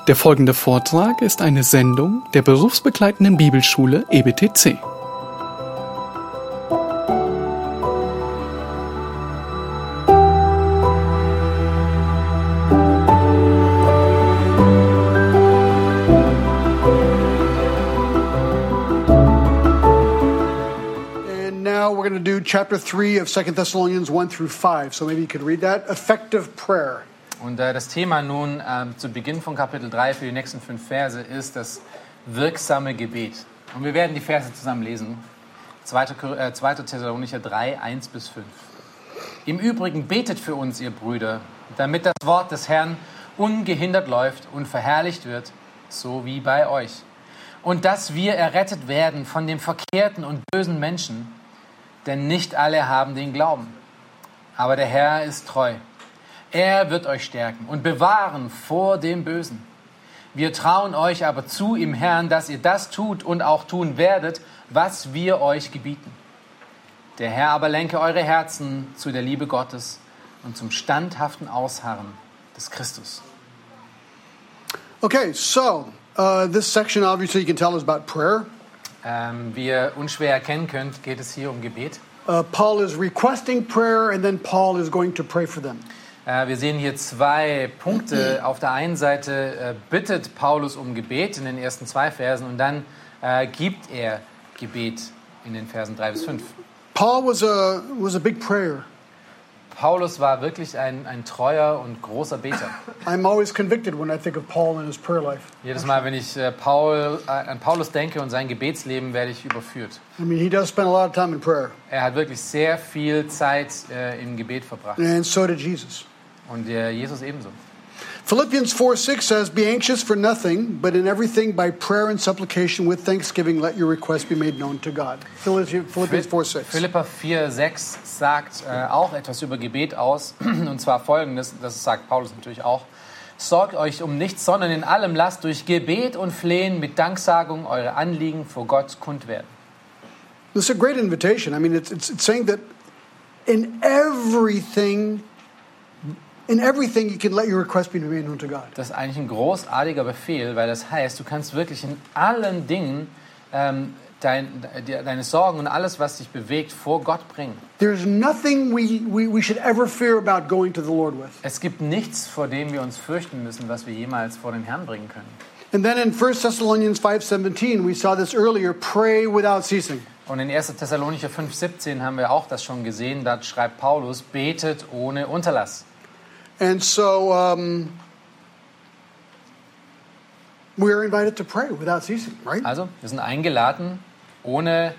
Der folgende Vortrag ist eine Sendung der berufsbegleitenden Bibelschule EBTC. We're going to do chapter 3 of 2 Thessalonians 1 through 5. So maybe you could read that. Effective prayer. Und das Thema nun zu Beginn von Kapitel 3 für die nächsten 5 Verse ist das wirksame Gebet. Und wir werden die Verse zusammen lesen. 2. Thessalonicher 3, 1 bis 5. Im Übrigen betet für uns, ihr Brüder, damit das Wort des Herrn ungehindert läuft und verherrlicht wird, so wie bei euch. Und dass wir errettet werden von dem verkehrten und bösen Menschen, denn nicht alle haben den Glauben. Aber der Herr ist treu. Er wird euch stärken und bewahren vor dem Bösen. Wir trauen euch aber zu im Herrn, dass ihr das tut und auch tun werdet, was wir euch gebieten. Der Herr aber lenke eure Herzen zu der Liebe Gottes und zum standhaften Ausharren des Christus. Okay, so this section obviously you can tell is about prayer. Wie ihr unschwer erkennen könnt, geht es hier um Gebet. Paul is requesting prayer and then Paul is going to pray for them. Wir sehen hier 2 Punkte. Auf der einen Seite bittet Paulus um Gebet in den ersten 2 Versen und dann gibt er Gebet in den Versen 3 bis 5. Paul was a big prayer. Paulus war wirklich ein treuer und großer Beter. I'm always convicted when I think of Paul and his prayer life. Jedes Mal, wenn ich an Paulus denke und sein Gebetsleben, werde ich überführt. I mean, he does spend a lot of time in prayer. Er hat wirklich sehr viel Zeit im Gebet verbracht. And so did Jesus. Und Jesus ebenso. Philippians 4:6 says, "Be anxious for nothing, but in everything by prayer and supplication with thanksgiving let your requests be made known to God." Philippians 4:6. Philipper 4,6 sagt auch etwas über Gebet aus, und zwar Folgendes, das sagt Paulus natürlich auch: Sorgt euch um nichts, sondern in allem lasst durch Gebet und Flehen mit Danksagung eure Anliegen vor Gott kund werden. This is a great invitation. I mean, it's saying that in everything you can let your request be made known to God. Das ist eigentlich ein großartiger Befehl, weil das heißt, du kannst wirklich in allen Dingen deine Sorgen und alles, was dich bewegt, vor Gott bringen. There's nothing we should ever fear about going to the Lord with. Es gibt nichts, vor dem wir uns fürchten müssen, was wir jemals vor den Herrn bringen können. And then in 1 Thessalonians 5:17, we saw this earlier, pray without ceasing. Und in 1. Thessalonicher 5,17 haben wir auch das schon gesehen. Da schreibt Paulus, betet ohne Unterlass. And so we are invited to pray without ceasing, right? Also, wir sind eingeladen, ohne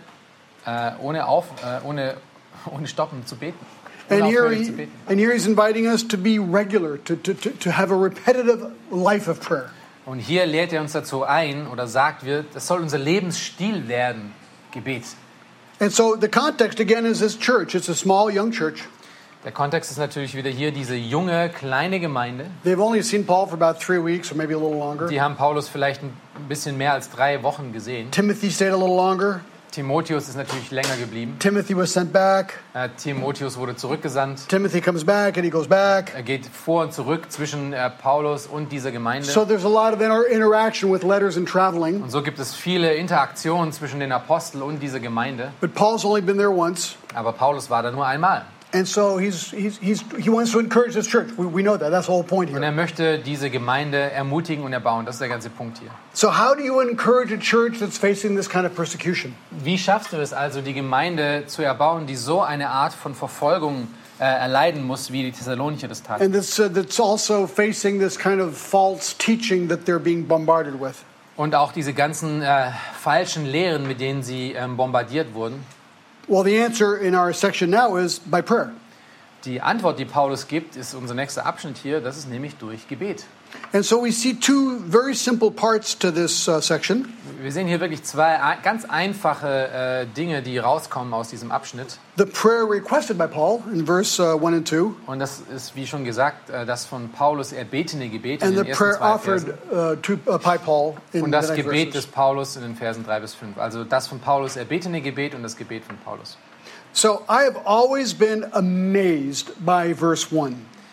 Stoppen zu beten. And here he's inviting us to be regular, to have a repetitive life of prayer. Und hier lädt er uns dazu ein oder sagt, das soll unser Lebensstil werden, Gebet. And so the context again is this church. It's a small young church. Der Kontext ist natürlich wieder hier diese junge, kleine Gemeinde. They've only seen Paul for about 3 weeks or maybe a little longer. Die haben Paulus vielleicht ein bisschen mehr als 3 Wochen gesehen. Timothy stayed a little longer. Timotheus ist natürlich länger geblieben. Timothy was sent back. Timotheus wurde zurückgesandt. Timothy comes back and he goes back. Er geht vor und zurück zwischen Paulus und dieser Gemeinde. So there's a lot of interaction with letters and traveling. Und so gibt es viele Interaktionen zwischen den Aposteln und dieser Gemeinde. But Paul's only been there once. Aber Paulus war da nur einmal. And so he wants to encourage this church. We know that. That's the whole point here. Und er möchte diese Gemeinde ermutigen und erbauen. Das ist der ganze Punkt hier. So how do you encourage a church that's facing this kind of persecution? Wie schaffst du es also, die Gemeinde zu erbauen, die so eine Art von Verfolgung erleiden muss, wie die Thessalonicher das taten? And that's also facing this kind of false teaching that they're being bombarded with. Und auch diese ganzen falschen Lehren, mit denen sie bombardiert wurden. Well, the answer in our section now is by prayer. Die Antwort, die Paulus gibt, ist unser nächster Abschnitt hier. Das ist nämlich durch Gebet. And so we see 2 very simple parts to this section. Wir sehen hier wirklich 2 ganz einfache Dinge, die rauskommen aus diesem Abschnitt. The prayer requested by Paul in verse 1 and 2. Und das ist, wie schon gesagt, das von Paulus erbetene Gebet in and den the ersten prayer 2 Versen. offered by Paul in Und das the next Gebet verses. des Paulus in den Versen 3 bis 5. Also das von Paulus erbetene Gebet und das Gebet von Paulus. So I have always been amazed by verse 1.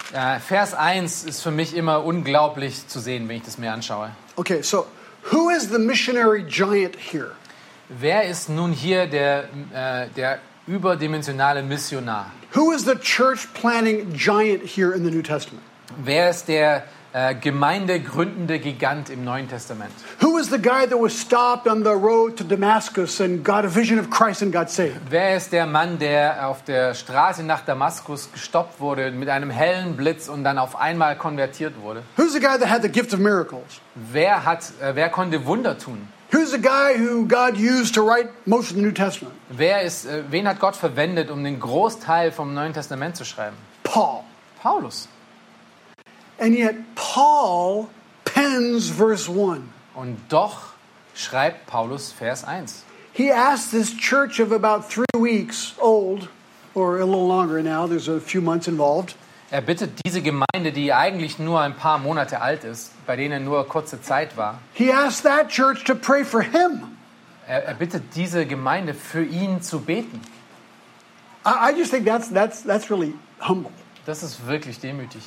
Vers 1 ist für mich immer unglaublich zu sehen, wenn ich das mir anschaue. Okay, so who is the missionary giant here? Wer ist nun hier der überdimensionale Missionar? Who is the church planting giant here in the New Testament? Wer ist der gemeindegründende Gigant im Neuen Testament? Who is the guy that was stopped on the road to Damascus and got a vision of Christ and got saved? Wer ist der Mann, der auf der Straße nach Damaskus gestoppt wurde mit einem hellen Blitz und dann auf einmal konvertiert wurde? Who's the guy that had the gift of miracles? Wer konnte Wunder tun? Who's the guy who God used to write most of the New Testament? Wen hat Gott verwendet, um den Großteil vom Neuen Testament zu schreiben? Paul. Paulus. And yet Paul pens verse 1. Und doch schreibt Paulus Vers 1. He asked this church of about 3 weeks old, or a little longer now, there's a few months involved. Er bittet diese Gemeinde, die eigentlich nur ein paar Monate alt ist, bei denen nur kurze Zeit war. He asked that church to pray for him. Er bittet diese Gemeinde, für ihn zu beten. I just think that's really humble. Das ist wirklich demütig.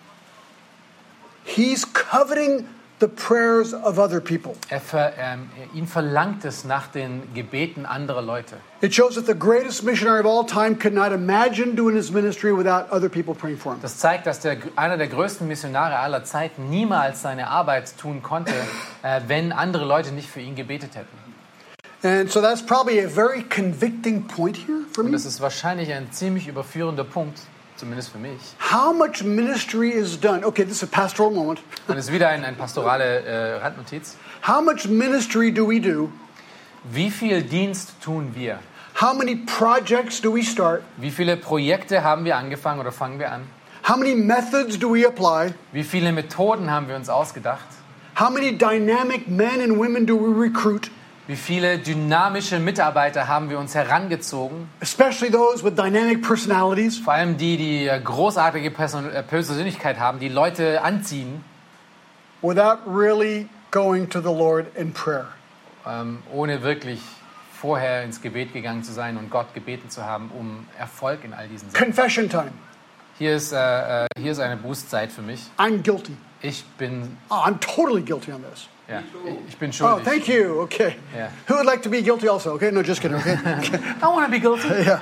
He's coveting the prayers of other people. Ihn verlangt es nach den Gebeten anderer Leute. It shows that the greatest missionary of all time could not imagine doing his ministry without other people praying for him. Das zeigt, dass einer der größten Missionare aller Zeiten niemals seine Arbeit tun konnte, wenn andere Leute nicht für ihn gebetet hätten. And so that's probably a very convicting point here for Und me. das ist wahrscheinlich ein ziemlich überführender Punkt, zumindest für mich. How much ministry is done? Okay, this is a pastoral moment. Und es ist wieder eine pastorale Randnotiz. How much ministry do we do? Wie viel Dienst tun wir? How many projects do we start? Wie viele Projekte haben wir angefangen oder fangen wir an? How many methods do we apply? Wie viele Methoden haben wir uns ausgedacht? How many dynamic men and women do we recruit? Wie viele dynamische Mitarbeiter haben wir uns herangezogen? Especially those with dynamic personalities. Vor allem die großartige Persönlichkeit haben, die Leute anziehen, Without really going to the Lord in prayer. ohne wirklich vorher ins Gebet gegangen zu sein und Gott gebeten zu haben, um Erfolg in all diesen Sachen. Confession time. Hier ist eine Bußzeit für mich. I'm guilty. Ich bin I'm totally guilty on this. Oh, schuldig. thank you. Okay. Yeah. Who would like to be guilty also? Okay, no, just kidding. Okay. I want to be guilty. Yeah.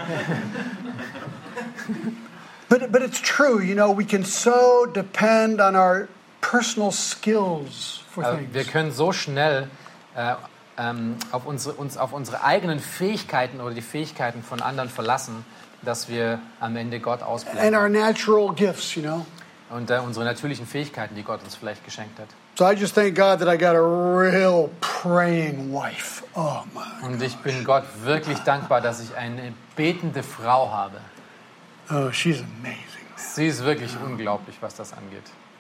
But it's true, you know, we can so depend on our personal skills for things. Wir können so schnell auf unsere eigenen Fähigkeiten oder die Fähigkeiten von anderen verlassen, dass wir am Ende Gott And ausblenden. our natural gifts, you know. Und unsere natürlichen Fähigkeiten, die Gott uns vielleicht geschenkt hat. So I just thank God that I got a real praying wife. Oh my. Und ich bin Gott wirklich dankbar, dass ich eine betende Frau habe. Oh, she's amazing. Sie ist wirklich unglaublich, was das angeht.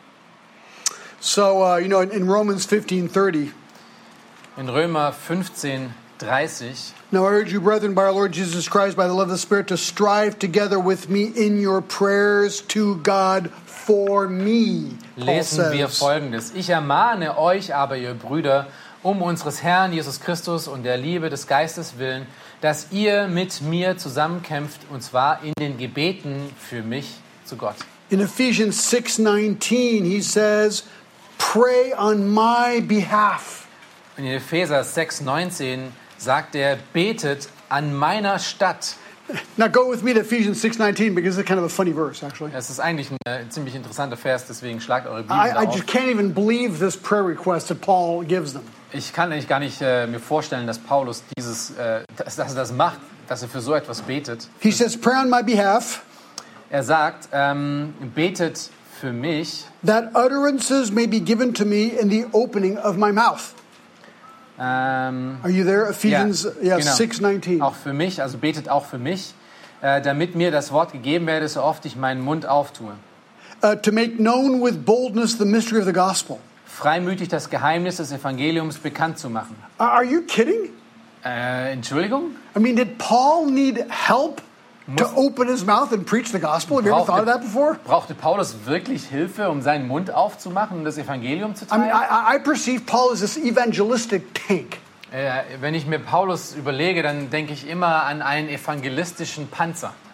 So, you know, in Romans 15:30, In Römer 15:30 now I urge you, brethren, by our Lord Jesus Christ, by the love of the Spirit, to strive together with me in your prayers to God for me. Paul lesen wir says. Folgendes. Ich ermahne euch aber, ihr Brüder, um unseres Herrn Jesus Christus und der Liebe des Geistes willen, dass ihr mit mir zusammenkämpft, und zwar in den Gebeten für mich zu Gott. In Ephesians 6:19, he says, pray on my behalf. In Epheser 6,19 sagt er, betet an meiner Stadt. Now go with me to Ephesians 6:19 because it's kind of a funny verse, actually. Das ist eigentlich ein ziemlich interessanter Vers, deswegen schlagt eure Bibel I auf. just can't even believe this prayer request that Paul gives them. Ich kann eigentlich gar nicht mir vorstellen, dass Paulus dass er das macht, dass er für so etwas betet. He says, pray on my behalf, Er sagt, betet für mich, that utterances may be given to me in the opening of my mouth. Are you there? Ephesians genau. 6:19. Auch für mich, also betet auch für mich, damit mir das Wort gegeben werde, so oft ich meinen Mund auftue. To make known with boldness the mystery of the gospel. Freimütig das Geheimnis des Evangeliums bekannt zu machen. Are you kidding? Entschuldigung? I mean, did Paul need help to open his mouth and preach the gospel? Have you ever thought of that before? Brauchte Paulus wirklich Hilfe, um seinen Mund aufzumachen und das Evangelium zu I mean, teilen? I perceive Paul as this evangelistic tank. Wenn ich mir Paulus überlege, dann denke ich immer an einen evangelistischen Panzer.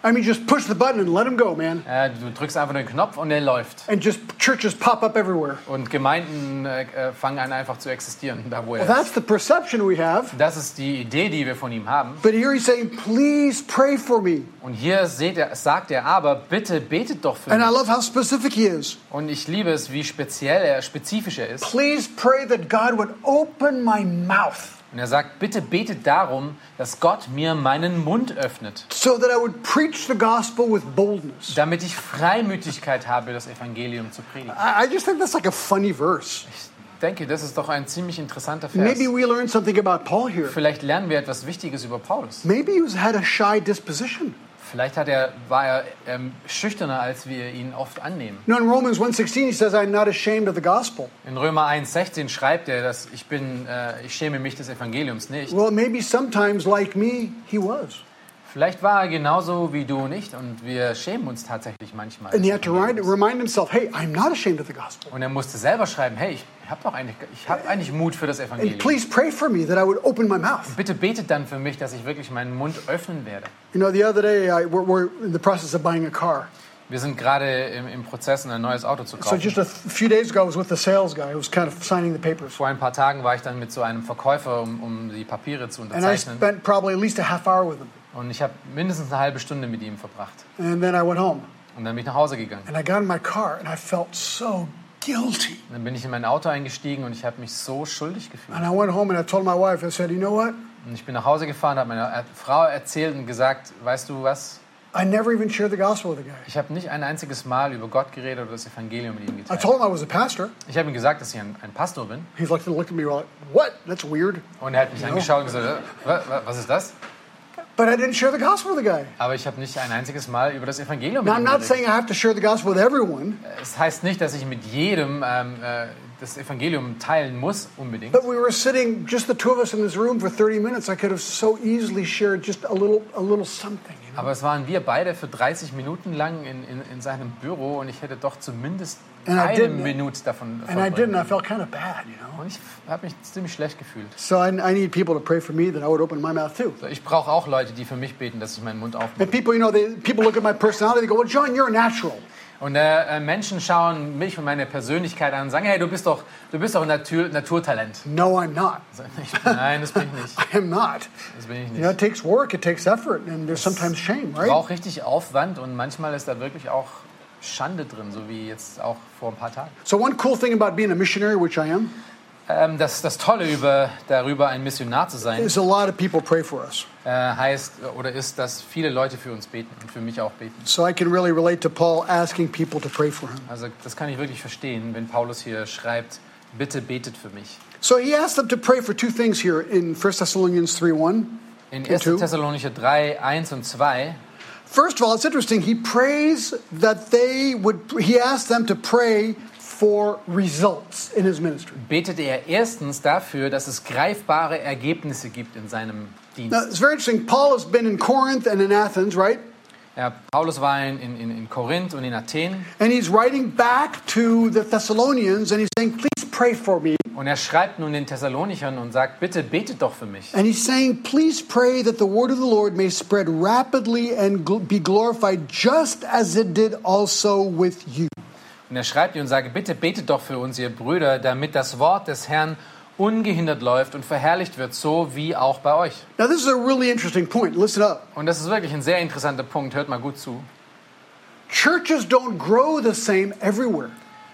I mean, just push the button and let him go, man. Du drückst einfach den Knopf und der läuft. And just churches pop up everywhere. Und Gemeinden fangen an einfach zu existieren, da wo er Well, that's the perception we have. Das ist die Idee, die wir von ihm haben. But here he's saying, please pray for me. Und hier sagt er aber, bitte betet doch für And I mich. love how specific he is. Und ich liebe es, wie spezifisch er ist. Please pray that God would open my mouth Und er sagt, bitte betet darum, dass Gott mir meinen Mund öffnet, so that I would preach the gospel with boldness. damit ich Freimütigkeit habe, das Evangelium zu predigen. I just think that's like a funny verse. Ich denke, das ist doch ein ziemlich interessanter Vers. Maybe we learn something about Paul here. Vielleicht lernen wir etwas Wichtiges über Paulus. Maybe he had a shy disposition. Vielleicht war er schüchterner, als wir ihn oft annehmen. You know, in Romans 1:16 he says, I'm not ashamed of the gospel. In Römer 1,16 schreibt er, dass ich schäme mich des Evangeliums nicht. Well, maybe sometimes, like me, he was. Vielleicht war er genauso wie du nicht und wir schämen uns tatsächlich manchmal. And he had to remind himself, hey, I'm not ashamed of the gospel. Und er musste selber schreiben, hey, ich habe eigentlich Mut für das And Evangelium. please pray for me that I would open my mouth. Bitte betet dann für mich, dass ich wirklich meinen Mund öffnen werde. You know, the other day, we're in the process of buying a car. Wir sind gerade im Prozess, ein neues Auto zu So kaufen. just a few days ago, I was with the sales guy who was kind of signing the papers. Vor ein paar Tagen war ich dann mit so einem Verkäufer, um die Papiere zu And I unterzeichnen. spent probably at least a half hour with him. Und ich habe mindestens eine halbe Stunde mit ihm verbracht. And then I went home. Und dann bin ich nach Hause gegangen. And I got in my car and I felt so guilty. Und dann bin ich in mein Auto eingestiegen und ich habe mich so schuldig gefühlt. And I went home and I told my wife, I said, you know what? Und ich bin nach Hause gefahren, habe meiner Frau erzählt und gesagt, weißt du was? I never even shared the gospel with the guy. Ich habe nicht ein einziges Mal über Gott geredet oder das Evangelium mit ihm I geteilt. told him I was a pastor. Ich habe ihm gesagt, dass ich ein Pastor bin. He's looked at me like, what? That's weird. Und er hat mich angeschaut und gesagt, was ist das? But I didn't share the gospel with the guy. Aber ich habe nicht ein einziges Mal über das Evangelium Now, mit I'm ihm not geredet. saying I have to share the gospel with everyone, Es heißt nicht, dass ich mit jedem das Evangelium teilen muss, unbedingt. but we were sitting, just the two of us in this room for 30 minutes. I could have so easily shared just a little something. You know? Aber es waren wir beide für 30 Minuten lang in seinem Büro und ich hätte doch zumindest And I eine didn't. Minute davon And I didn't. I verbringen. felt kind of bad, you know? Und ich habe mich ziemlich schlecht gefühlt. So I need people to pray for me that I would open my mouth too. So, ich brauche auch Leute, die für mich beten, dass ich meinen Mund aufmache. And people, you know, people look at my personality, they go, well, John, you're a natural. Und Menschen schauen mich und meine Persönlichkeit an und sagen, hey, du bist doch ein Naturtalent. No, I'm not. Nein, das bin ich nicht. I am not. Das bin ich You know, nicht. it takes work, it takes effort, and there's sometimes shame, Ich right? brauche richtig Aufwand und manchmal ist da wirklich auch Schande drin, so wie jetzt auch vor ein paar Tagen. So one cool thing about being a missionary, which I am, Das Tolle darüber, ein Missionar zu sein, is a lot of people pray for us. ist, dass viele Leute für uns beten und für mich auch beten. So I can really relate to Paul asking people to pray for him. Also das kann ich wirklich verstehen, wenn Paulus hier schreibt, bitte betet für mich. So he asked them to pray for two things here in 1 Thessalonians 3:1. In and 1. 2. Thessalonicher 3, 1 und 2 First of all, it's interesting. He prays that he asked them to pray for results in his ministry. betet er erstens dafür, dass es greifbare Ergebnisse gibt in seinem Dienst. Now, it's very interesting. Paul has been in Corinth and in Athens, right? Ja, Paulus war in Korinth und in Athen And he's writing back to the Thessalonians and he's saying, please pray for me. und er schreibt nun den Thessalonichern und sagt, bitte betet doch für mich. And he's saying, please pray that the word of the Lord may spread rapidly and be glorified just as it did also with you. Und er schreibt ihr und sagt, bitte betet doch für uns, ihr Brüder, damit das Wort des Herrn ungehindert läuft und verherrlicht wird, so wie auch bei euch. Now, this is a really interesting point. Listen up. Und das ist wirklich ein sehr interessanter Punkt, hört mal gut zu. Churches don't grow the same everywhere.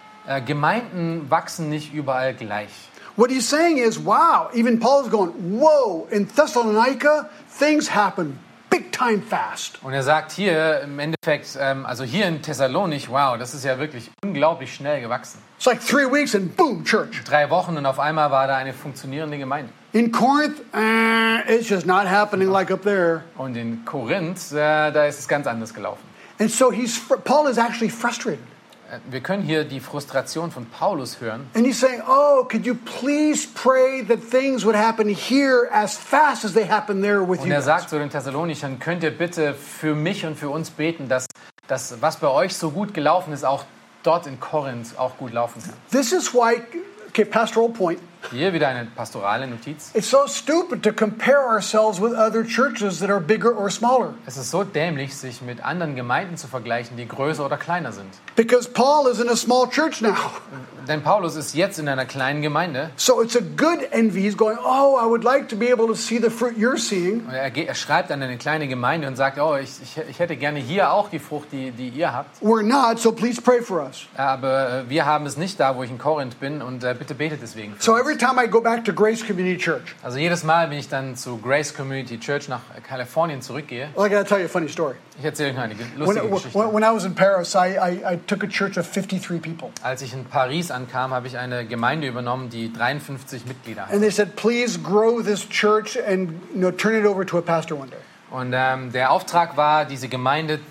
Gemeinden wachsen nicht überall gleich. What he's saying is, wow, even Paul is going, whoa, in Thessalonica, things happen big time fast. Und er sagt hier im Endeffekt, also hier in Thessalonich, wow, das ist ja wirklich unglaublich schnell gewachsen. It's like 3 weeks and boom, church. 3 Wochen und auf einmal war da eine funktionierende Gemeinde. In Corinth, it's just not happening like up there. Und in Korinth, da ist es ganz anders gelaufen. And so Paul is actually frustrated. Wir können hier die Frustration von Paulus hören. And he's saying, oh, could you please pray that things would happen here as fast as they happen there with Und you er guys? sagt zu den Thessalonichern, könnt ihr bitte für mich und für uns beten, dass das, was bei euch so gut gelaufen ist, auch dort in Korinth auch gut laufen kann. This is why, okay, pastoral point, Hier wieder eine pastorale Notiz. It's so stupid to compare ourselves with other churches that are bigger or smaller. Es ist so dämlich, sich mit anderen Gemeinden zu vergleichen, die größer oder kleiner sind. Because Paul is in a small church now. Denn Paulus ist jetzt in einer kleinen Gemeinde. So it's a good envy. He's going, oh, I would like to be able to see the fruit you're seeing. Und er schreibt an eine kleine Gemeinde und sagt, oh, ich hätte gerne hier auch die Frucht, die ihr habt. We're not, so please pray for us. Aber wir haben es nicht da, wo ich in Korinth bin, und bitte betet deswegen für So uns. every time I go back to Grace Community Church, Also jedes Mal, wenn ich dann zu Grace Community Church nach Kalifornien zurückgehe, well, I got to tell you a funny story. ich erzähle euch eine lustige Geschichte. When I was in Paris, I took a church of 53 people. Als ich in Paris ankam, habe ich eine Gemeinde übernommen, die 53 Mitglieder hat. And they said, please grow this church and turn it over to a pastor one day. Und der Auftrag war, diese Gemeinde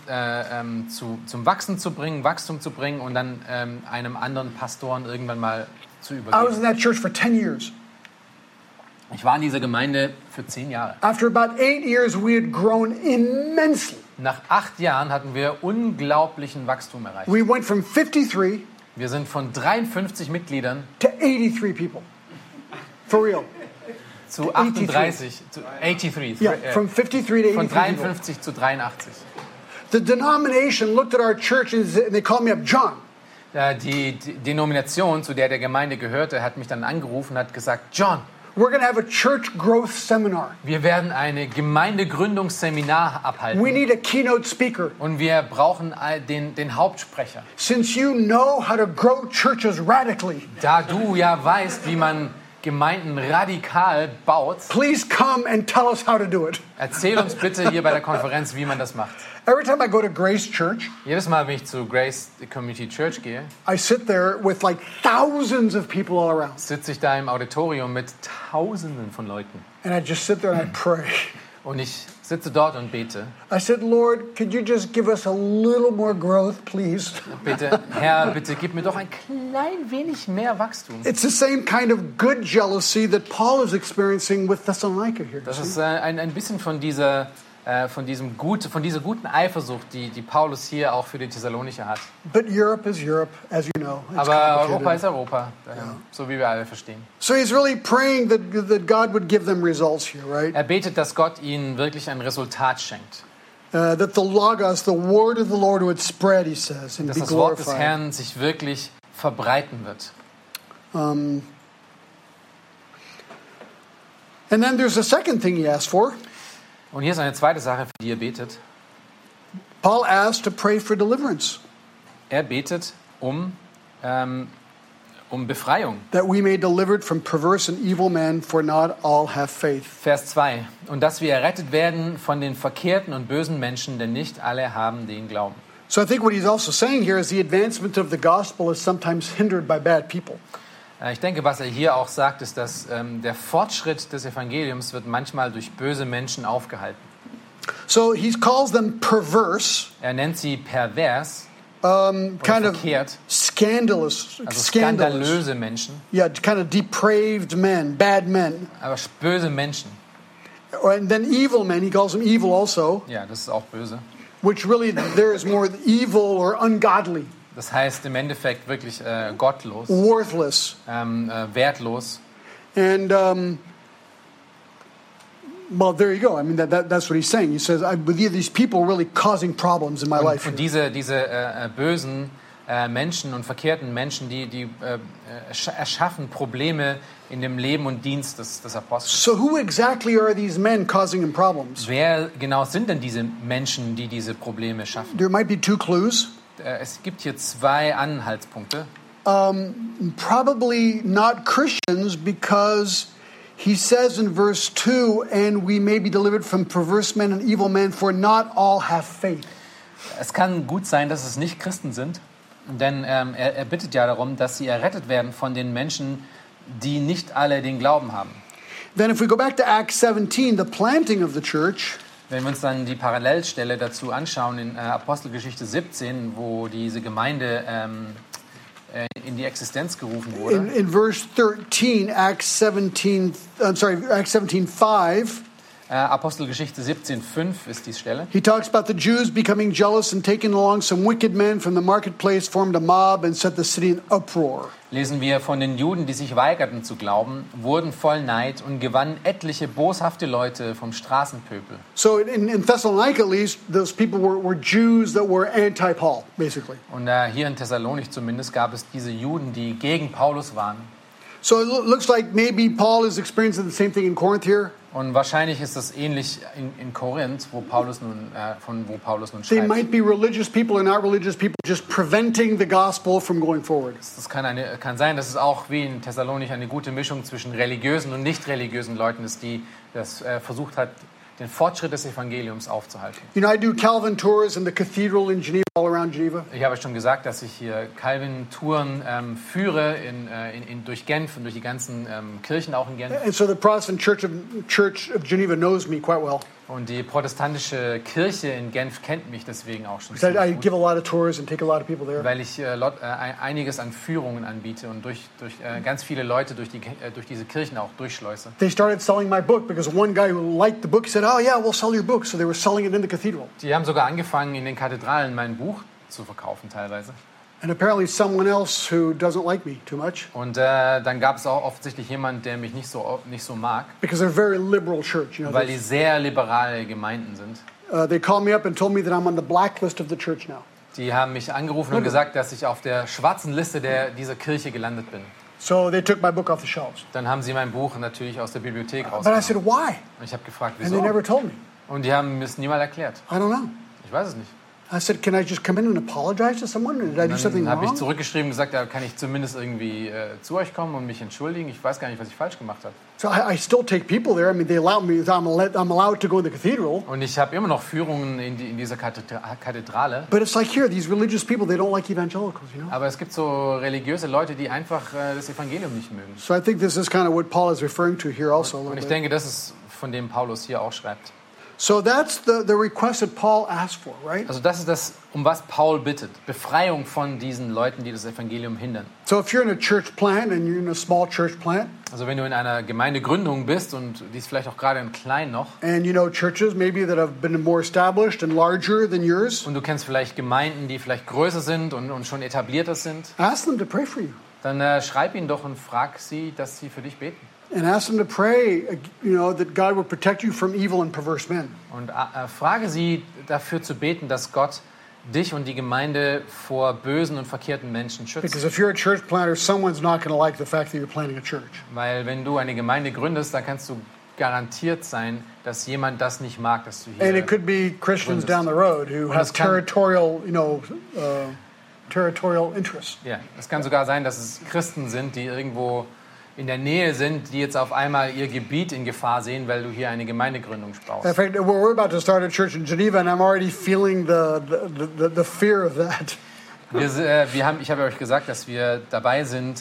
zum Wachstum zu bringen und dann einem anderen Pastoren irgendwann mal zu I was übergeben. in that church for 10 years. Ich war in dieser Gemeinde für 10 Jahre. After about 8 years, we had grown immensely. Nach 8 Jahren hatten wir unglaublichen Wachstum erreicht. We went from 53 Wir sind von 53 Mitgliedern to 83 people. For real. zu 83, zu 83, Yeah, from 53 to von 83 people. 53 zu 83. The denomination looked at our church and they called me up, John. Die Denomination, zu der Gemeinde gehörte, hat mich dann angerufen und hat gesagt, John, We're going to have a church growth seminar. wir werden eine Gemeindegründungsseminar abhalten. We need a keynote speaker. Und wir brauchen den Hauptsprecher. Since you know how to grow churches radically, Da du ja weißt, wie man Gemeinden radikal baut, please come and tell us how to do it. erzähl uns bitte hier bei der Konferenz, wie man das macht. Every time I go to Grace Church, Jedes Mal, wenn ich zu Grace Community Church gehe, I sit there with like thousands of people all around. sitze ich da im Auditorium mit Tausenden von Leuten. And I just sit there and I pray. Und ich sitze dort und bete. I said, Lord, could you just give us a little more growth, please? Bitte, Herr, bitte gib mir doch ein klein wenig mehr Wachstum. It's the same kind of good jealousy that Paul is experiencing with Thessalonica here. Das ist ein bisschen von dieser guten Eifersucht, die Paulus hier auch für die Thessalonicher hat. But Europe is Europe, as you know. It's Aber Europa complicated. ist Europa, so wie wir alle verstehen. So he's really praying that God would give them results here, right? Er betet, dass Gott ihnen wirklich ein Resultat schenkt. That the Logos, the word of the Lord would spread, he says, and Dass be das Wort des glorified. Herrn sich wirklich verbreiten wird. And then there's a second thing he asked for. Und hier ist eine zweite Sache, für die er betet. Paul asked to pray for deliverance, Er betet um Befreiung. that we may be delivered from perverse and evil men, for not all have faith. Vers 2. Und dass wir errettet werden von den verkehrten und bösen Menschen, denn nicht alle haben den Glauben. So I think what he's also saying here is the advancement of the gospel is sometimes hindered by bad people. Ich denke, was er hier auch sagt, ist, dass der Fortschritt des Evangeliums wird manchmal durch böse Menschen aufgehalten. So he calls them perverse, Er nennt sie pervers oder kind of verkehrt, scandalous, also scandalous. skandalöse Menschen, Yeah, kind of depraved men, bad men. aber böse Menschen. And then evil men, he calls them evil also, Ja, das ist auch böse. which really there is more evil or ungodly, Das heißt im Endeffekt wirklich gottlos, worthless. wertlos. And, well, there you go. I mean, that's what he's saying. He says, I believe these people really causing problems in my life. Und diese bösen Menschen und verkehrten Menschen, die erschaffen Probleme in dem Leben und Dienst des Apostels. So who exactly are these men causing him problems? Wer genau sind denn diese Menschen, die diese Probleme schaffen? There might be two clues. Es gibt hier 2 Anhaltspunkte. Probably not Christians, because he says in verse 2, and we may be delivered from perverse men and evil men, for not all have faith. Es kann gut sein, dass es nicht Christen sind, denn er bittet ja darum, dass sie errettet werden von den Menschen, die nicht alle den Glauben haben. Then if we go back to Acts 17, the planting of the church, Wenn wir uns dann die Parallelstelle dazu anschauen in Apostelgeschichte 17, wo diese Gemeinde in die Existenz gerufen wurde, in verse 13, Acts 17, 5, Apostelgeschichte 17,5 ist die Stelle. He talks about the Jews becoming jealous and taking along some wicked men from the marketplace, formed a mob and set the city in uproar. Lesen wir von den Juden, die sich weigerten zu glauben, wurden voll Neid und gewannen etliche boshafte Leute vom Straßenpöbel. So in Thessalonica at least, those people were Jews that were anti-Paul, basically. Und hier in Thessalonik zumindest gab es diese Juden, die gegen Paulus waren. So it looks like maybe Paul is experiencing the same thing in Corinth here. Und wahrscheinlich ist das ähnlich in Korinth, wo Paulus nun They schreibt. might be religious people or not religious people, just preventing the gospel from going forward. Das kann sein, dass es auch wie in Thessalonik eine gute Mischung zwischen religiösen und nicht religiösen Leuten ist, die das versucht hat, den Fortschritt des Evangeliums aufzuhalten. You know, I do Calvin tours in the cathedral in Geneva, all around Geneva. Ich habe schon gesagt, dass ich hier Calvin-Touren führe durch Genf und durch die ganzen Kirchen auch in Genf. And so the Protestant Church of Geneva knows me quite well. Und die protestantische Kirche in Genf kennt mich deswegen auch schon Because I ziemlich gut, give a lot of tours and take a lot of people there. weil ich einiges an Führungen anbiete und durch ganz viele Leute durch diese Kirchen auch durchschleuse. They started selling my book because one guy who liked the book said, "Oh yeah, we'll sell your book." So they were selling it in the cathedral. Die haben sogar angefangen, in den Kathedralen mein Buch zu verkaufen teilweise. And apparently someone else who doesn't like me too much. Und dann gab es auch offensichtlich jemanden, der mich nicht so mag, Because they're a very liberal church, you know. weil die sehr liberale Gemeinden sind. They called me up and told me that I'm on the blacklist of the church now. Die haben mich angerufen und gesagt, dass ich auf der schwarzen Liste dieser Kirche gelandet bin. So they took my book off the shelves. Dann haben sie mein Buch natürlich aus der Bibliothek But I said, rausgenommen. why? Und ich habe gefragt, And they never wieso? told me. Und die haben mir es niemals erklärt. I don't know. Ich weiß es nicht. I said, can I just come in and apologize to someone? Did I do something Dann habe ich wrong? zurückgeschrieben und gesagt, ja, kann ich zumindest irgendwie zu euch kommen und mich entschuldigen? Ich weiß gar nicht, was ich falsch gemacht habe. So I still take people there. I mean, they allow me. I'm allowed to go to the cathedral. Und ich habe immer noch Führungen in dieser Kathedrale. But it's like here, these religious people, they don't like evangelicals, you know? Aber es gibt so religiöse Leute, die einfach das Evangelium nicht mögen. So I think this is kind of what Paul is referring to here also a Und little ich bit. denke, das ist von dem Paulus hier auch schreibt. So that's the request that Paul asked for, right? Also das ist das, um was Paul bittet. Befreiung von diesen Leuten, die das Evangelium hindern. So if you're in a church plant and you're in a small church plant, Also wenn du in einer Gemeindegründung bist und die ist vielleicht auch gerade in klein noch and you know churches maybe that have been more established and larger than yours, und du kennst vielleicht Gemeinden, die vielleicht größer sind und schon etablierter sind, ask them to pray for you. dann schreib ihnen doch und frag sie, dass sie für dich beten. And ask them to pray, you know, that God would protect you from evil and perverse men. Und frage sie dafür zu beten, dass Gott dich und die Gemeinde vor bösen und verkehrten Menschen schützt. Because if you're a church planter, someone's not going to like the fact that you're planting a church. Weil wenn du eine Gemeinde gründest, dann kannst du garantiert sein, dass jemand das nicht mag, dass du hier And it could be Christians down the road who have das kann- territorial, you know, territorial interests. Ja, es kann sogar sein, dass es Christen sind, die irgendwo in der Nähe sind, die jetzt auf einmal ihr Gebiet in Gefahr sehen, weil du hier eine Gemeindegründung In baust. fact, we're about to start a church in Geneva, and I'm already feeling the fear of that. Ich habe euch gesagt, dass wir dabei sind,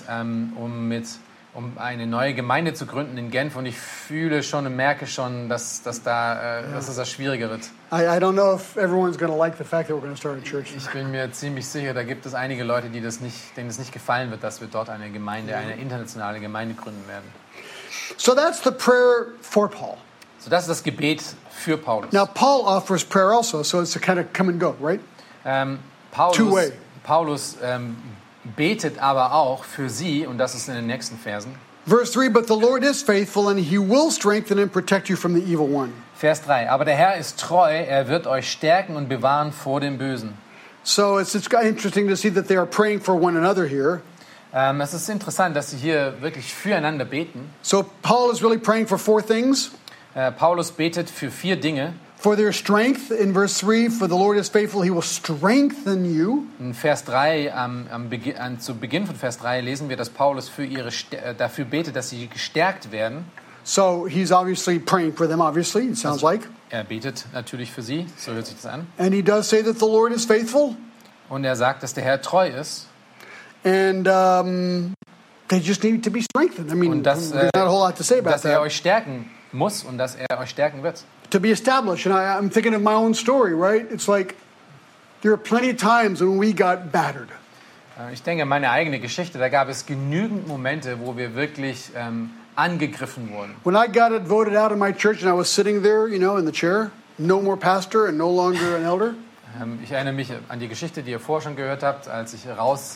um eine neue Gemeinde zu gründen in Genf, und ich fühle schon und merke schon, dass es da schwieriger wird. I don't know if everyone's going to like the fact that we're going to start a church. Ich bin mir ziemlich sicher, da gibt es einige Leute, denen es nicht gefallen wird, dass wir dort eine internationale Gemeinde gründen werden. So that's the prayer for Paul. So, das ist das Gebet für Paulus. Now, Paul offers prayer also, so it's a kind of come and go, right? Two-way. Paulus betet aber auch für sie, und das ist in den nächsten Versen. Verse 3, but the Lord is faithful, and he will strengthen and protect you from the evil one. Vers 3. Aber der Herr ist treu, er wird euch stärken und bewahren vor dem Bösen. So it's interesting to see that they are praying for one another here. Es ist interessant, dass sie hier wirklich füreinander beten. So Paul is really praying for four things. Paulus betet für 4 Dinge. For their strength, in verse 3, for the Lord is faithful, he will strengthen you. In Vers 3, zu Beginn von Vers 3 lesen wir, dass Paulus dafür betet, dass sie gestärkt werden. So he's obviously praying for them, obviously, it sounds like. Er betet natürlich für sie, so hört sich das an. And he does say that the Lord is faithful. Und er sagt, dass der Herr treu ist. And they just need to be strengthened. I mean, Und there's not a whole lot to say about dass er that. euch stärken muss und dass er euch stärken wird. To be established. And I'm thinking of my own story, right? It's like there are plenty of times when we got battered. Ich denke an meine eigene Geschichte, da gab es genügend Momente, wo wir wirklich angegriffen wurden. When I got it voted out of my church and I was sitting there, you know, in the chair, no more pastor and no longer an elder. Ich erinnere mich an die Geschichte, die ihr vorher schon gehört habt, als ich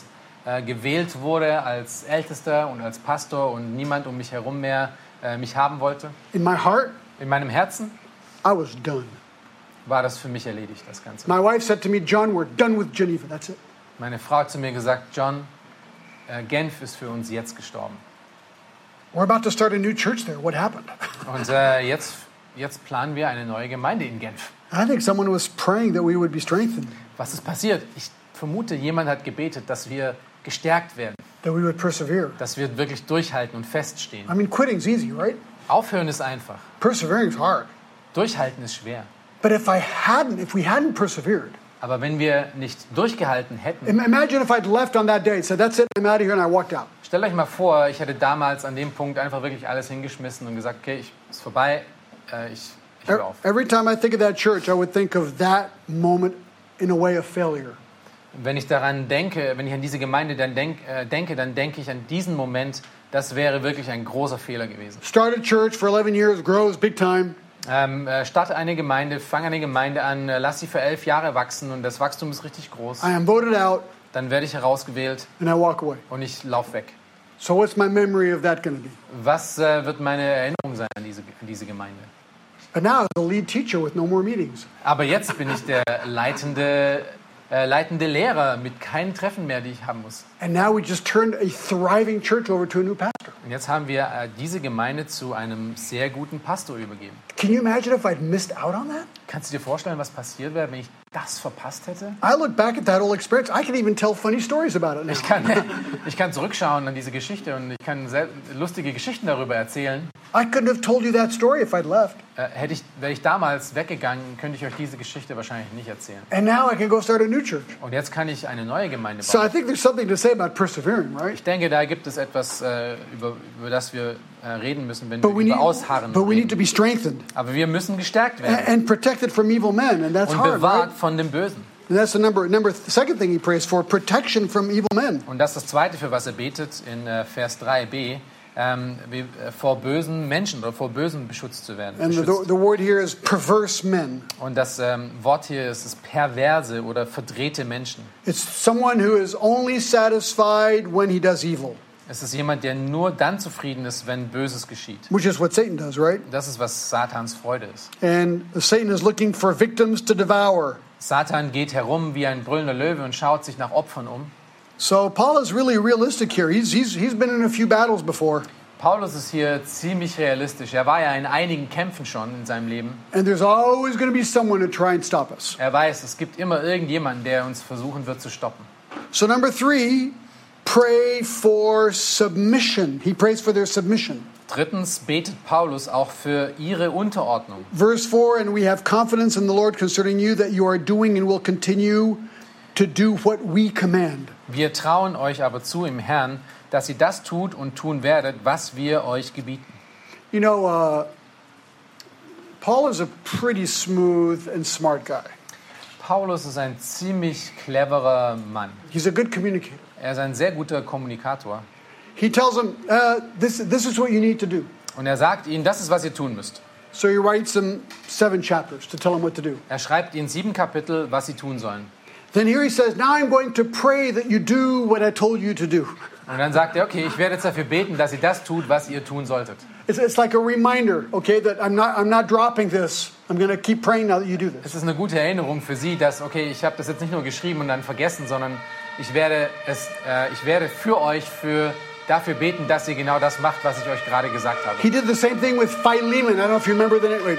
gewählt wurde als Ältester und als Pastor und niemand um mich herum mehr mich haben wollte. In my heart, In meinem Herzen I was done. war das für mich erledigt, das Ganze. My wife said to me, John, we're done with Geneva. That's it. Meine Frau hat zu mir gesagt, John, Genf ist für uns jetzt gestorben. We're about to start a new church there. What happened? Und jetzt planen wir eine neue Gemeinde in Genf. I think someone was praying that we would be strengthened, Was ist passiert? Ich vermute, jemand hat gebetet, dass wir gestärkt werden, that we would persevere. dass wir wirklich durchhalten und feststehen. I mean, quitting's easy, right? Aufhören ist einfach, Persevering's hard. durchhalten ist schwer. But if we hadn't persevered, Aber wenn wir nicht durchgehalten hätten, imagine if I'd left on that day and said, that's it, I'm out of here, and I walked out. stellt euch mal vor, ich hätte damals an dem Punkt einfach wirklich alles hingeschmissen und gesagt, okay, ist vorbei, ich höre auf. Every time I think of that church, I would think of that moment in a way of failure. Wenn ich daran denke, wenn ich an diese Gemeinde dann denke, dann denke ich an diesen Moment, das wäre wirklich ein großer Fehler gewesen. Start a church for 11 years, grows big time. Starte eine Gemeinde, fang eine Gemeinde an, lass sie für 11 Jahre wachsen und das Wachstum ist richtig groß. I am voted out, Dann werde ich herausgewählt and I walk away. und ich laufe weg. So what's my memory of that going to be? Was wird meine Erinnerung sein an diese Gemeinde? But now, as a lead teacher with no more meetings, Aber jetzt bin ich der leitende Lehrer mit keinen Treffen mehr, die ich haben muss. and now we just turned a thriving church over to a new pastor. Und jetzt haben wir diese Gemeinde zu einem sehr guten Pastor übergeben. Can you imagine if I'd missed out on that? Kannst du dir vorstellen, was passiert wäre, wenn ich das verpasst hätte? I look back at that whole experience. I can even tell funny stories about it now. Ich kann zurückschauen an diese Geschichte und ich kann lustige Geschichten darüber erzählen. I couldn't have told you that story if I'd left. Wäre ich damals weggegangen, könnte ich euch diese Geschichte wahrscheinlich nicht erzählen. And now I can go start a new church. Und jetzt kann ich eine neue Gemeinde So I bauen. think there's something to say about persevering, right? Ich denke, da gibt es etwas, über das wir reden müssen, wenn But wir über Ausharren we need to reden. be strengthened Aber wir müssen gestärkt werden and protected from evil men, and that's und hard, bewahrt right? von dem Bösen. And that's the second thing he prays for, protection from evil men. Und das ist das Zweite, für was er betet in Vers 3b, vor bösen Menschen oder vor Bösen beschützt zu werden. And the word here is perverse men. Und das Wort hier ist perverse oder verdrehte Menschen. It's someone who is only satisfied when he does evil, Es ist jemand, der nur dann zufrieden ist, wenn Böses geschieht. which is what Satan does, right? Das ist, was Satans Freude ist. And Satan is looking for victims to devour. Satan geht herum wie ein brüllender Löwe und schaut sich nach Opfern um. So Paul is really realistic here. He's been in a few battles before, Paulus ist hier ziemlich realistisch. Er war ja in einigen Kämpfen schon in seinem Leben. and there's always going to be someone to try and stop us. Er weiß, es gibt immer irgendjemanden, der uns versuchen wird zu stoppen. So number 3, pray for submission. He prays for their submission. Drittens betet Paulus auch für ihre Unterordnung. Verse 4, and we have confidence in the Lord concerning you that you are doing and will continue to do what we command. Wir trauen euch aber zu im Herrn, dass ihr das tut und tun werdet, was wir euch gebieten. You know, Paul is a pretty smooth and smart guy. Paulus ist ein ziemlich cleverer Mann. He's a good communicator. Er ist ein sehr guter Kommunikator. He tells them, this is what you need to do. Und er sagt ihnen, das ist, was ihr tun müsst. So he writes them 7 chapters to tell them what to do. Er schreibt ihnen 7 Kapitel, was sie tun sollen. Then here he says, now I'm going to pray that you do what I told you to do. Und dann sagt er, okay, ich werde jetzt dafür beten, dass ihr das tut, was ihr tun solltet. It's like a reminder, okay, that I'm not dropping this. I'm going to keep praying now that you do this. Es ist eine gute Erinnerung für sie, dass, okay, ich habe das jetzt nicht nur geschrieben und dann vergessen, sondern ich werde für euch dafür beten, dass ihr genau das macht, was ich euch gerade gesagt habe. He did the same thing with Philemon. I don't know if you remember the name. Wait.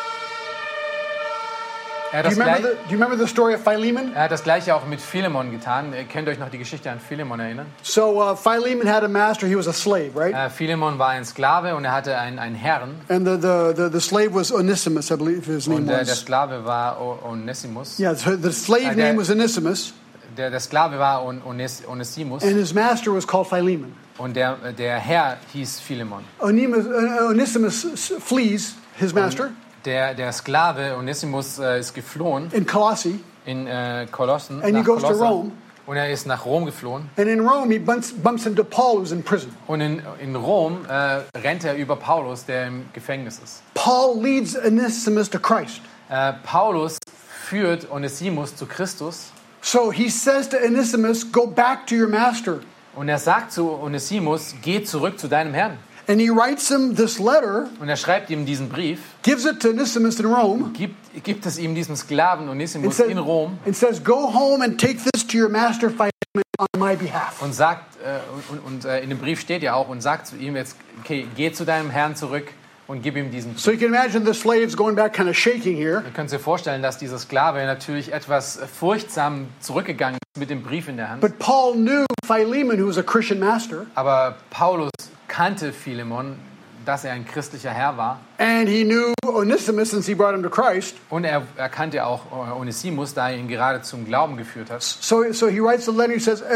Er Do hat, you remember the story of Philemon? er hat das Gleiche auch mit Philemon getan. Ihr könnt euch noch die Geschichte an Philemon erinnern. So Philemon had a master. He was a slave, right? Philemon war ein Sklave und er hatte einen Herrn. And the slave was Onesimus, I believe his name Und der was. Sklave war Onesimus. Yeah, so the slave name was Onesimus, Der Sklave war Onesimus. and his master was called Philemon. Und der Herr hieß Philemon. Onesimus flees his master Der Sklave Onesimus ist geflohen in Colossae, in Kolossen, and he nach goes to Kolosse. Rome. Und er ist nach Rom geflohen. And in Rome, he bumps into Paul, who's in prison. Und in Rom rennt er über Paulus, der im Gefängnis ist. Paul leads Onesimus to Christ. Paulus führt Onesimus zu Christus. So he says to Onesimus, go back to your master. Und er sagt zu Onesimus, geh zurück zu deinem Herrn. And he writes him this letter, Und er schreibt ihm diesen Brief, gives it to Onesimus in Rome, gibt es ihm diesem Sklaven Onesimus in Rom and says, go home and take this to your master Philemon on my behalf. und sagt, in dem Brief steht ja auch, und sagt zu ihm jetzt, okay, geh zu deinem Herrn zurück und gib ihm diesen Brief. So you can imagine the slaves going back kind of shaking here. Ihr könnt euch vorstellen, dass dieser Sklave natürlich etwas furchtsam zurückgegangen ist mit dem Brief in der Hand. But Paul knew Philemon, who was a Christian master, Aber Paulus kannte Philemon, dass er ein christlicher Herr war. and he knew Onesimus since he brought him to Christ. Und er kannte auch Onesimus, da er ihn gerade zum Glauben geführt hat. So he writes a letter. He says,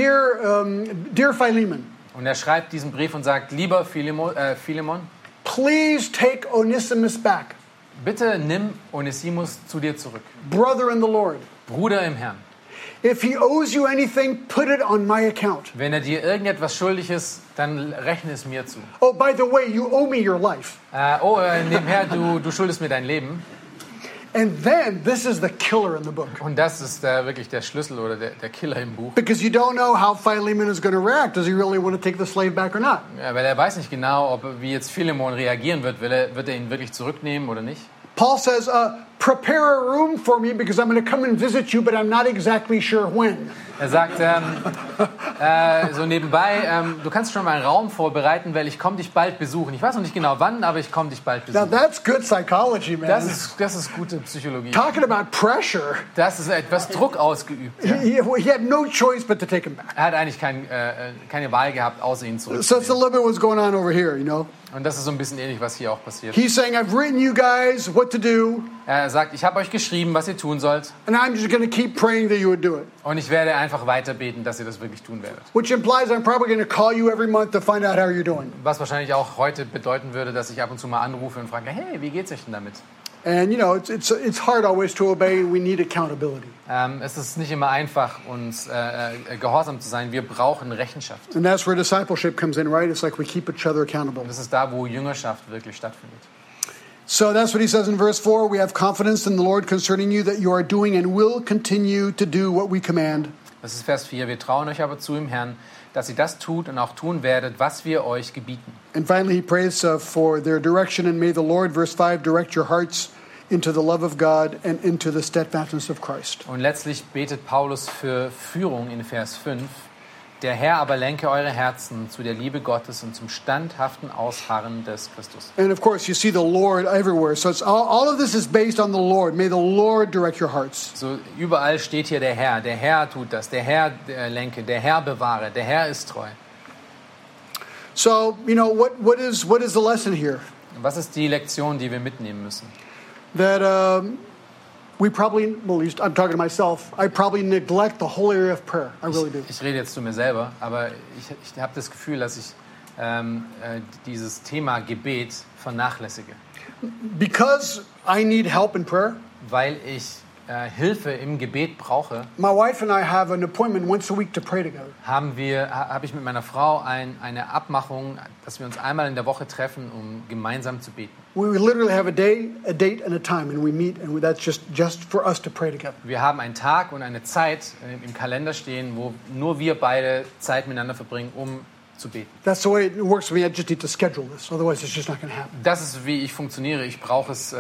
dear Philemon, Und er schreibt diesen Brief und sagt, lieber Philemon, please take Onesimus back, bitte nimm Onesimus zu dir zurück. brother in the Lord. Bruder im Herrn. If he owes you anything, put it on my account. Wenn er dir irgendetwas schuldig ist, dann rechne es mir zu. Oh, by the way, you owe me your life. Nebenher, du schuldest mir dein Leben. And then, this is the killer in the book. Und das ist wirklich der Schlüssel oder der Killer im Buch. Because you don't know how Philemon is going to react. Does he really want to take the slave back or not? Ja, weil er weiß nicht genau, wie jetzt Philemon reagieren wird. Wird er ihn wirklich zurücknehmen oder nicht? Paul says, prepare a room for me because I'm going to come and visit you, but I'm not exactly sure when. Er sagt so nebenbei, du kannst schon mal einen Raum vorbereiten, weil ich komme dich bald besuchen. Ich weiß noch nicht genau wann, aber ich komme dich bald Now besuchen. that's good psychology, man. Das ist gute Psychologie. Talking about pressure. Das ist etwas Druck ausgeübt. Ja. He had no choice but to take him back. Er hat eigentlich keine Wahl gehabt, außer ihn So it's a zurückzunehmen. little bit what's going on over here, you know. Und das ist so ein bisschen ähnlich, was hier auch passiert. He's saying, I've written you guys what to do, Er sagt, ich habe euch geschrieben, was ihr tun sollt. and I'm just going to keep praying that you would do it. Und ich werde einfach weiter beten, dass ihr das wirklich tun werdet. Which implies I'm probably going to call you every month to find out how you're doing. Was wahrscheinlich auch heute bedeuten würde, dass ich ab und zu mal anrufe und frage, hey, wie geht's euch denn damit? And, you know, it's hard always to obey. We need accountability. Es ist nicht immer einfach, uns gehorsam zu sein. Wir brauchen Rechenschaft. And that's where discipleship comes in, right? It's like we keep each other accountable. Und das ist da, wo Jüngerschaft wirklich stattfindet. So that's what he says in verse 4. We have confidence in the Lord concerning you that you are doing and will continue to do what we command. Das ist Vers 4. Wir trauen euch aber zu im Herrn, dass ihr das tut und auch tun werdet, was wir euch gebieten. And finally, he prays for their direction, and may the Lord, verse 5, direct your hearts into the love of God and into the steadfastness of Christ. Und letztlich betet Paulus für Führung in Vers 5. Der Herr aber lenke eure Herzen zu der Liebe Gottes und zum standhaften Ausharren des Christus. And of course, you see the Lord everywhere. So it's all of this is based on the Lord. May the Lord direct your hearts. So überall steht hier der Herr tut das, der Herr lenke, der Herr bewahre, der Herr ist treu. So, you know, what is the lesson here? Was ist die Lektion, die wir mitnehmen müssen? That we probably, well, at least I'm talking to myself, I probably neglect the whole area of prayer. I really do. Ich rede jetzt zu mir selber, aber ich habe das Gefühl, dass ich dieses Thema Gebet vernachlässige. Because I need help in prayer, Weil ich Hilfe im Gebet brauche, my wife and I have an appointment once a week to pray together. habe ich mit meiner Frau eine Abmachung, dass wir uns einmal in der Woche treffen, um gemeinsam zu beten. We literally have a date and a time, and we meet, and that's just for us to pray together. Wir haben einen Tag und eine Zeit im Kalender stehen, wo nur wir beide Zeit miteinander verbringen, um zu beten. That's the way it works for me. I just need to schedule this, otherwise it's just not going to happen. Das ist, wie ich funktioniere. Ich brauche es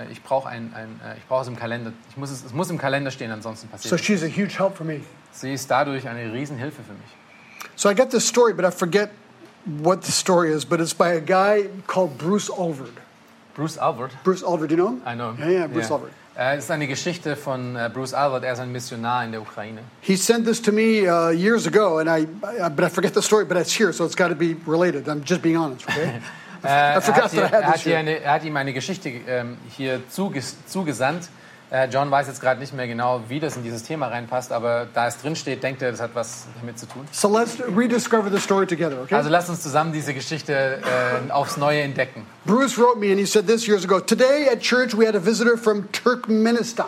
im Kalender. Es muss im Kalender stehen, ansonsten So passiert es. she's a huge help for me. Sie ist dadurch eine Riesenhilfe für mich. So I got this story, but I forget what the story is, but it's by a guy called Bruce Alvord. Bruce Alvord. Bruce Alvord, do you know him? I know him. Yeah, Bruce Alvord. Es ist eine Geschichte von Bruce Alvord. Er ist ein Missionar in der Ukraine. He sent this to me years ago, and but I forget the story, but it's here, so it's got to be related. I'm just being honest, okay? I forgot that I had this here. Er hat ihm eine Geschichte hier zugesandt. John weiß jetzt gerade nicht mehr genau, wie das in dieses Thema reinpasst, aber da es drin steht, denkt er, das hat was damit zu tun. So let's rediscover the story together, okay? Also lasst uns zusammen diese Geschichte aufs Neue entdecken. Bruce wrote me, and he said this years ago. Today at church we had a visitor from Turkmenistan.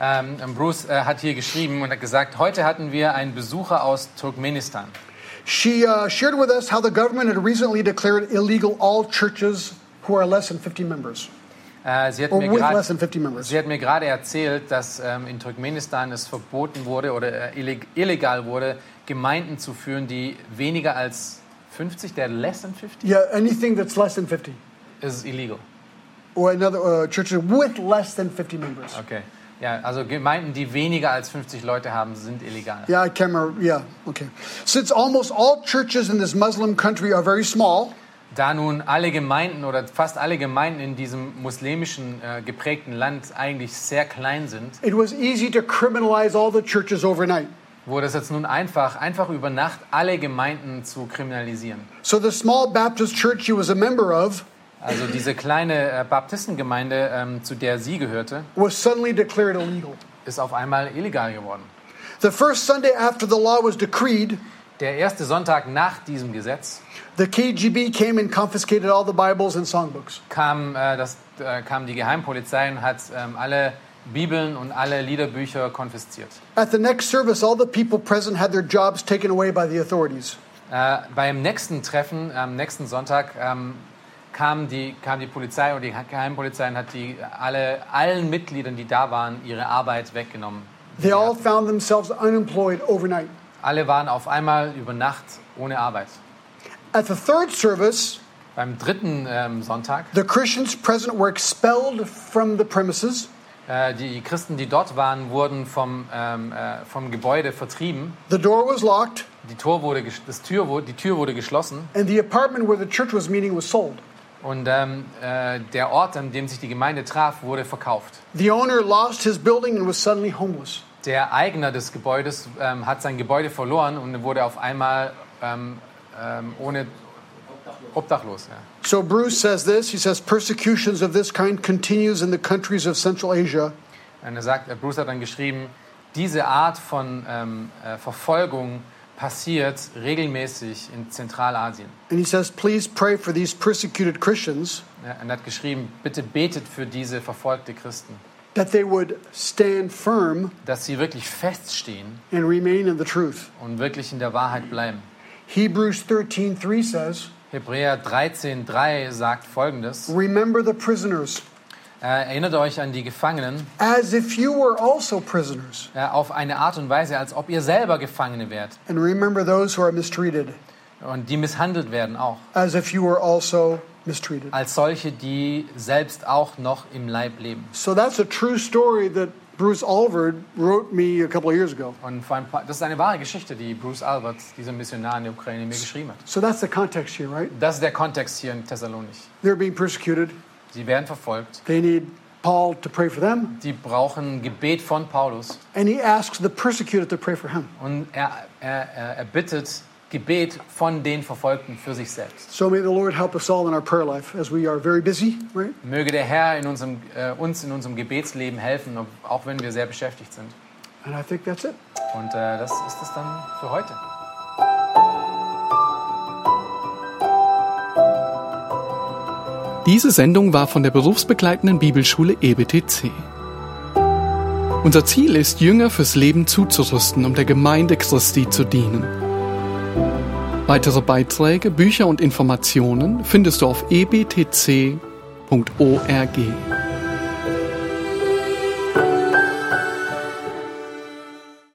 Bruce hat hier geschrieben und hat gesagt, heute hatten wir einen Besucher aus Turkmenistan. She shared with us how the government had recently declared illegal all churches who are less than 50 members. Sie hat Or mir with grad- less than 50 members. Sie hat mir gerade erzählt, dass in Turkmenistan es verboten wurde oder illegal wurde, Gemeinden zu führen, die weniger als 50, der less than 50, Yeah, anything that's less than 50. ist illegal. Or another churches with less than 50 members. Okay. Ja, also Gemeinden, die weniger als 50 Leute haben, sind illegal. Yeah, I can't remember. Yeah, okay. Since almost all churches in this Muslim country are very small, Da nun alle Gemeinden oder fast alle Gemeinden in diesem muslimischen geprägten Land eigentlich sehr klein sind, it was easy to criminalize all the churches overnight. wurde es jetzt nun einfach über Nacht alle Gemeinden zu kriminalisieren. So the small Baptist church she was a member of Also diese kleine Baptistengemeinde, zu der sie gehörte, was suddenly declared illegal. ist auf einmal illegal geworden. The first Sunday after the law was decreed, Der erste Sonntag nach diesem Gesetz the KGB came and confiscated all the Bibles and songbooks. kam die Geheimpolizei und hat alle Bibeln und alle Liederbücher konfisziert. At the next service, all the people present had their jobs taken away by the authorities. Beim nächsten Treffen, am nächsten Sonntag, kam die Polizei oder die Geheimpolizei und hat allen Mitgliedern, die da waren, ihre Arbeit weggenommen. They all found themselves unemployed overnight. Alle waren auf einmal über Nacht ohne Arbeit. At the third service, Beim dritten Sonntag, the Christians present were expelled from the premises. die Christen, die dort waren, wurden vom Gebäude vertrieben. The door was locked, Die Tür wurde geschlossen and the apartment where the church was meeting was sold. und der Ort, an dem sich die Gemeinde traf, wurde verkauft. The owner lost his building and was suddenly homeless. Der Eigner des Gebäudes hat sein Gebäude verloren und wurde auf einmal obdachlos. Ja. So Bruce says this. He says persecutions of this kind continues in the countries of Central Asia. Und Bruce hat dann geschrieben, diese Art von Verfolgung passiert regelmäßig in Zentralasien. And he says, please pray for these persecuted Christians Ja, und er hat geschrieben, bitte betet für diese verfolgte Christen, that they would stand firm dass sie wirklich feststehen and remain in the truth. und wirklich in der Wahrheit bleiben. Hebrews 13:3 says, Hebräer 13,3 sagt Folgendes: remember the prisoners Erinnert euch an die Gefangenen as if you were also prisoners, auf eine Art und Weise, als ob ihr selber Gefangene wärt. and remember those who are mistreated Und die misshandelt werden auch. as if you were also mistreated. Als solche, die selbst auch noch im Leib leben. So that's a true story that Bruce Alvord wrote me a couple of years ago. Und das ist eine wahre Geschichte, die Bruce Albert, dieser Missionar in der Ukraine, mir geschrieben hat. So that's the context here, right? Das ist der Kontext hier in Thessalonich. They're being persecuted. Sie werden verfolgt. They need Paul to pray for them. Die brauchen Gebet von Paulus. And he asks the persecuted to pray for him. Und er bittet Gebet von den Verfolgten für sich selbst. So may the Lord help us all in our prayer life as we are very busy, right? Möge der Herr uns in unserem Gebetsleben helfen, auch wenn wir sehr beschäftigt sind. And I think that's it. Und das ist es dann für heute. Diese Sendung war von der berufsbegleitenden Bibelschule EBTC. Unser Ziel ist, Jünger fürs Leben zuzurüsten, um der Gemeinde Christi zu dienen. Weitere Beiträge, Bücher und Informationen findest du auf ebtc.org.